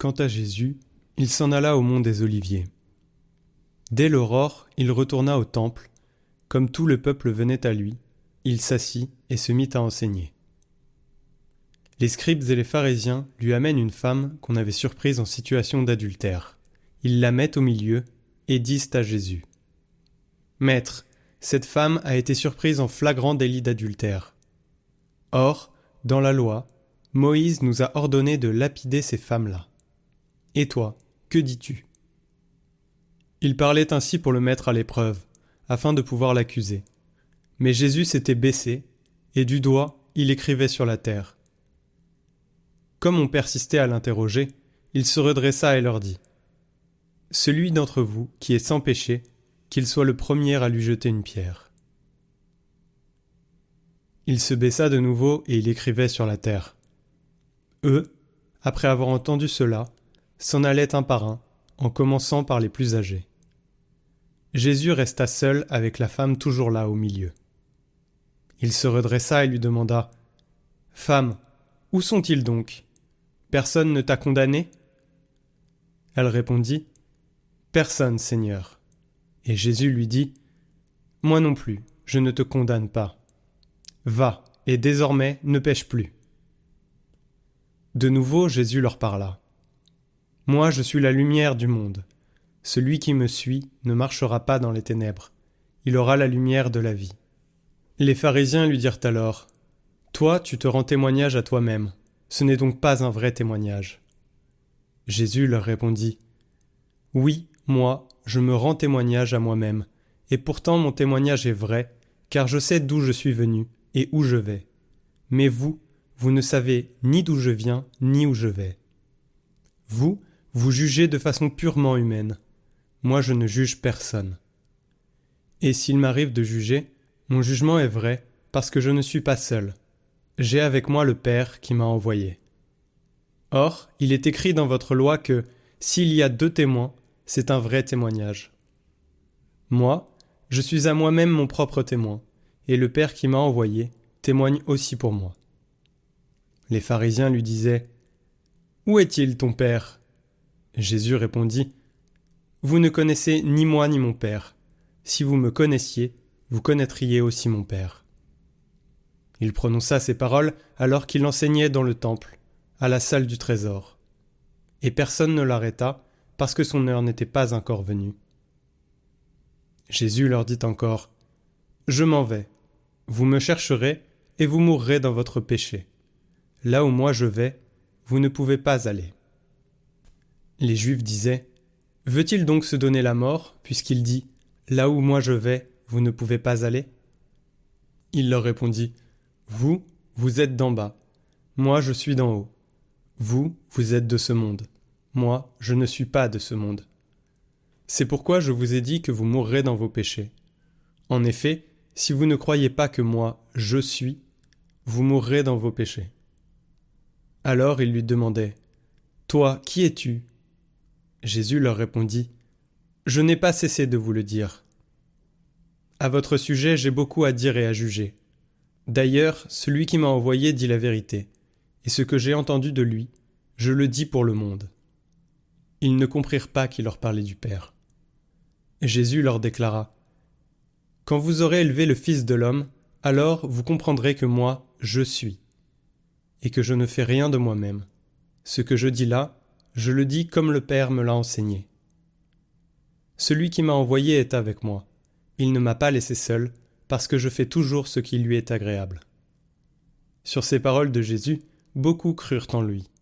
Quant à Jésus, il s'en alla au mont des Oliviers. Dès l'aurore, il retourna au temple. Comme tout le peuple venait à lui, il s'assit et se mit à enseigner. Les scribes et les pharisiens lui amènent une femme qu'on avait surprise en situation d'adultère. Ils la mettent au milieu et disent à Jésus : « Maître, cette femme a été surprise en flagrant délit d'adultère. Or, dans la loi, Moïse nous a ordonné de lapider ces femmes-là. Et toi, que dis-tu » Il parlait ainsi pour le mettre à l'épreuve, afin de pouvoir l'accuser. Mais Jésus s'était baissé, et du doigt, il écrivait sur la terre. Comme on persistait à l'interroger, il se redressa et leur dit : « Celui d'entre vous qui est sans péché, qu'il soit le premier à lui jeter une pierre. » Il se baissa de nouveau et il écrivait sur la terre. Eux, après avoir entendu cela, s'en allaient un par un, en commençant par les plus âgés. Jésus resta seul avec la femme toujours là au milieu. Il se redressa et lui demanda : « Femme, où sont-ils donc ? Personne ne t'a condamné ? » Elle répondit : « Personne, Seigneur. » Et Jésus lui dit : « Moi non plus, je ne te condamne pas. Va, et désormais ne pêche plus. » De nouveau, Jésus leur parla : « Moi, je suis la lumière du monde. Celui qui me suit ne marchera pas dans les ténèbres. Il aura la lumière de la vie. » Les pharisiens lui dirent alors : « Toi, tu te rends témoignage à toi-même. Ce n'est donc pas un vrai témoignage. » Jésus leur répondit : « Oui, moi, je me rends témoignage à moi-même, et pourtant mon témoignage est vrai, car je sais d'où je suis venu et où je vais. Mais vous, vous ne savez ni d'où je viens, ni où je vais. Vous, vous jugez de façon purement humaine. Moi, je ne juge personne. Et s'il m'arrive de juger, mon jugement est vrai, parce que je ne suis pas seul. J'ai avec moi le Père qui m'a envoyé. Or, il est écrit dans votre loi que, s'il y a 2 témoins, c'est un vrai témoignage. Moi, je suis à moi-même mon propre témoin, et le Père qui m'a envoyé témoigne aussi pour moi. » Les pharisiens lui disaient : « Où est-il ton Père ? » Jésus répondit : « Vous ne connaissez ni moi ni mon Père. Si vous me connaissiez, vous connaîtriez aussi mon Père. » Il prononça ces paroles alors qu'il enseignait dans le temple, à la salle du trésor. Et personne ne l'arrêta, parce que son heure n'était pas encore venue. Jésus leur dit encore : « Je m'en vais. Vous me chercherez, et vous mourrez dans votre péché. Là où moi je vais, vous ne pouvez pas aller. » Les Juifs disaient : « Veut-il donc se donner la mort, puisqu'il dit : Là où moi je vais, vous ne pouvez pas aller ? » Il leur répondit : « Vous, vous êtes d'en bas. Moi, je suis d'en haut. Vous, vous êtes de ce monde. Moi, je ne suis pas de ce monde. C'est pourquoi je vous ai dit que vous mourrez dans vos péchés. En effet, si vous ne croyez pas que moi, je suis, vous mourrez dans vos péchés. » Alors ils lui demandaient : « Toi, qui es-tu ? » Jésus leur répondit : « Je n'ai pas cessé de vous le dire. À votre sujet, j'ai beaucoup à dire et à juger. D'ailleurs, celui qui m'a envoyé dit la vérité, et ce que j'ai entendu de lui, je le dis pour le monde. » Ils ne comprirent pas qu'il leur parlait du Père. Jésus leur déclara : « Quand vous aurez élevé le Fils de l'homme, alors vous comprendrez que moi, je suis, et que je ne fais rien de moi-même. Ce que je dis là, je le dis comme le Père me l'a enseigné. Celui qui m'a envoyé est avec moi. Il ne m'a pas laissé seul, parce que je fais toujours ce qui lui est agréable. » Sur ces paroles de Jésus, beaucoup crurent en lui.